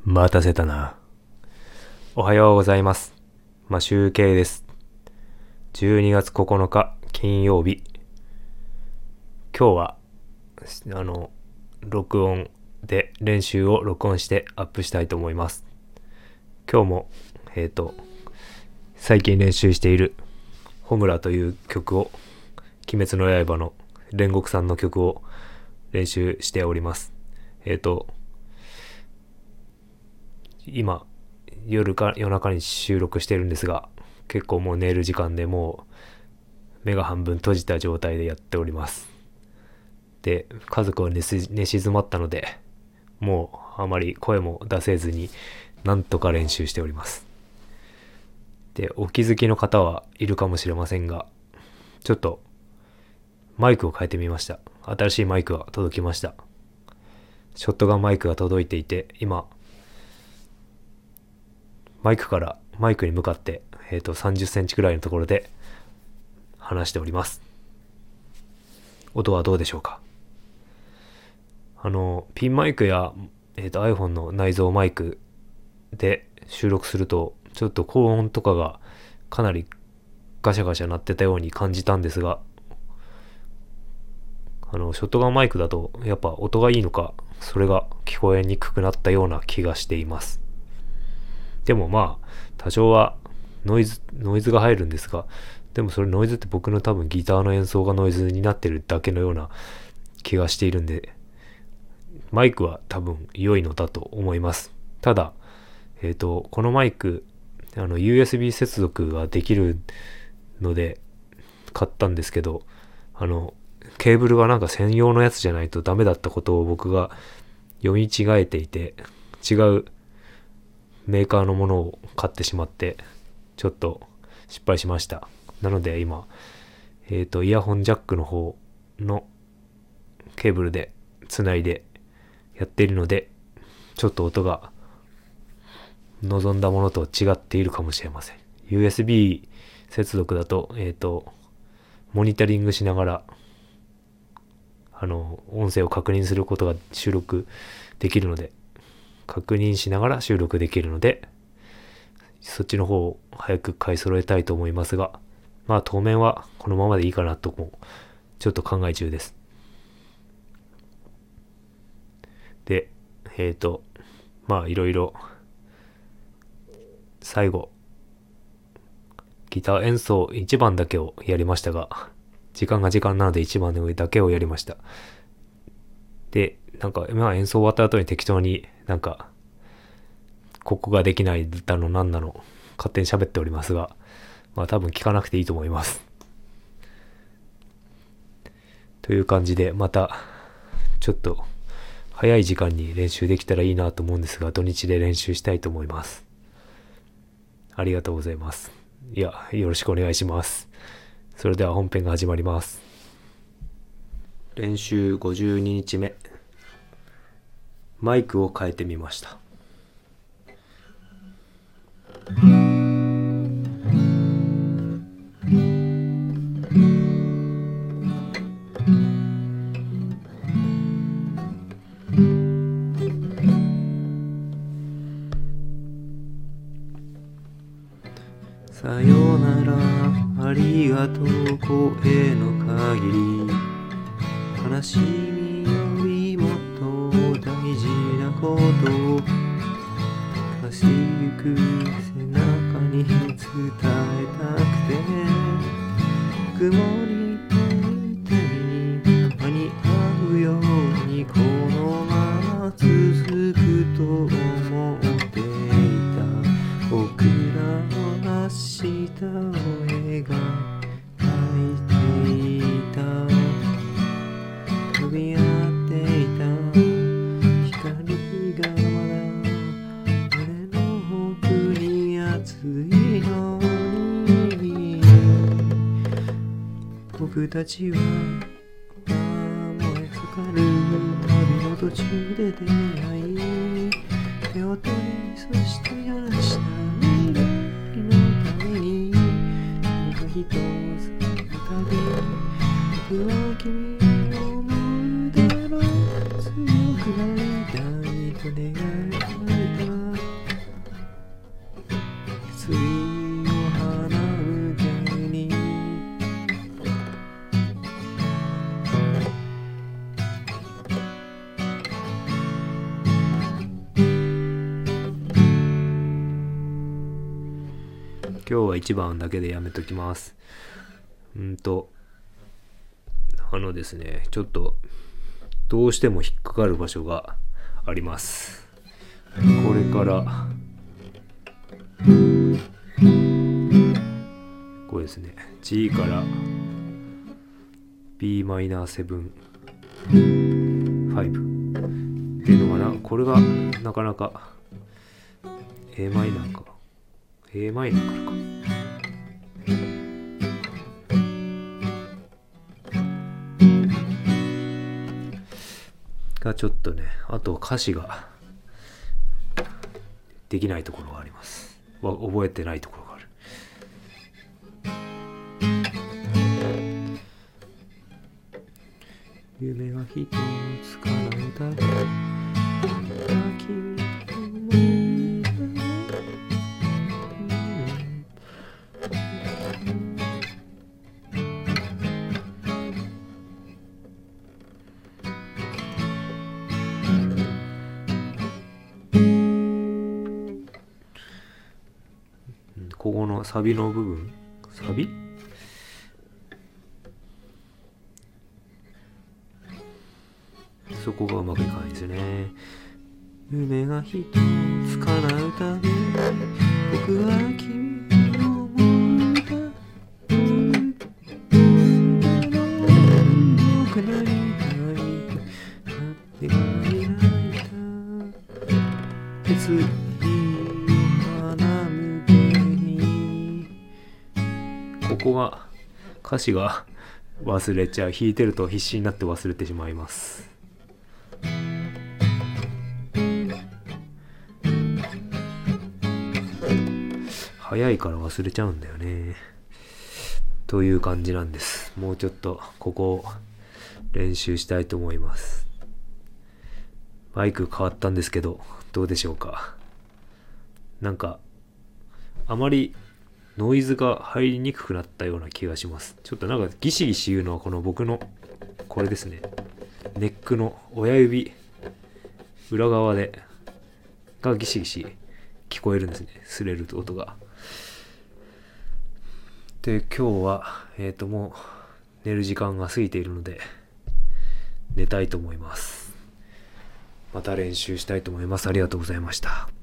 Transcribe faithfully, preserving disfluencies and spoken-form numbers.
待たせたな。おはようございます。まあ、集計です。じゅうにがつここのか金曜日。今日はあの録音で練習を録音してアップしたいと思います。今日もえっと最近練習しているホムラという曲を、鬼滅の刃の煉獄さんの曲を練習しております。えっと今夜か夜中に収録してるんですが、結構もう寝る時間でもう目が半分閉じた状態でやっております。で、家族は 寝, 寝静まったので、もうあまり声も出せずになんとか練習しております。で、お気づきの方はいるかもしれませんが、ちょっとマイクを変えてみました。新しいマイクが届きました。ショットガンマイクが届いていて、今マイクからマイクに向かって、えーと、さんじゅっセンチくらいのところで話しております。音はどうでしょうか。あのピンマイクや、えーと、iPhone の内蔵マイクで収録するとちょっと高音とかがかなりガシャガシャ鳴ってたように感じたんですが、あのショットガンマイクだとやっぱ音がいいのか、それが聞こえにくくなったような気がしています。でもまあ多少はノイズノイズが入るんですが、でもそれノイズって僕の多分ギターの演奏がノイズになってるだけのような気がしているんで、マイクは多分良いのだと思います。ただえっとこのマイク、あの ユーエスビー 接続ができるので買ったんですけど、あのケーブルがなんか専用のやつじゃないとダメだったことを僕が読み違えていて、違うメーカーのものを買ってしまってちょっと失敗しました。なので今えっとイヤホンジャックの方のケーブルでつないでやっているので、ちょっと音が望んだものと違っているかもしれません。 ユーエスビー 接続だとえっとモニタリングしながらあの音声を確認することが収録できるので確認しながら収録できるので、そっちの方を早く買い揃えたいと思いますが、まあ当面はこのままでいいかなともちょっと考え中です。で、えっとまあいろいろ最後ギター演奏いちばんだけをやりましたが、時間が時間なのでいちばんの上だけをやりました。で、なんか、まあ、演奏終わった後に適当になんかここができないだのなんなの勝手に喋っておりますが、まあ多分聞かなくていいと思います。という感じで、またちょっと早い時間に練習できたらいいなと思うんですが、土日で練習したいと思います。ありがとうございます。いや、よろしくお願いします。それでは本編が始まります。練習ごじゅうににちめ、マイクを変えてみました。さよならありがとう声の限り、悲しみよりもっと大事なことを貸しゆく背中に伝えたくて、曇りと痛みに間に合うようにこのまま続くと思っていた。僕らの明日を描いていた、飛び合っていた光がまだ胸の奥に熱いのに、僕たちは燃え盛る旅の途中で出会い、手を取りそして鳴らした未来のために、何か一つの旅、僕は君を思うだろう、強くなりたいと願いたい今日はいちばんだけでやめときます。うんと、あのですね、ちょっとどうしても引っかかる場所があります。これからこれですね、 G から ビーマイナーセブンファイブっていうのかな。これがなかなか A マイナーか A マイナーからかがちょっとね、あと歌詞ができないところがあります。覚えてないところがある。夢が一つ叶うたびここのサビの部分、サビそこがうまくいかないですよね。夢が一つ叶うたび僕は君の思い出僕なりたい願い泣いた決意を花向けに。ここが歌詞が忘れちゃう。弾いてると必死になって忘れてしまいます。早いから忘れちゃうんだよね。という感じなんです。もうちょっとここを練習したいと思います。マイク変わったんですけどどうでしょうか。なんかあまりノイズが入りにくくなったような気がします。ちょっとなんかギシギシ言うのはこの僕のこれですね、ネックの親指裏側でがギシギシ聞こえるんですね、擦れる音が。で今日はえっともう寝る時間が過ぎているので寝たいと思います。また練習したいと思います。ありがとうございました。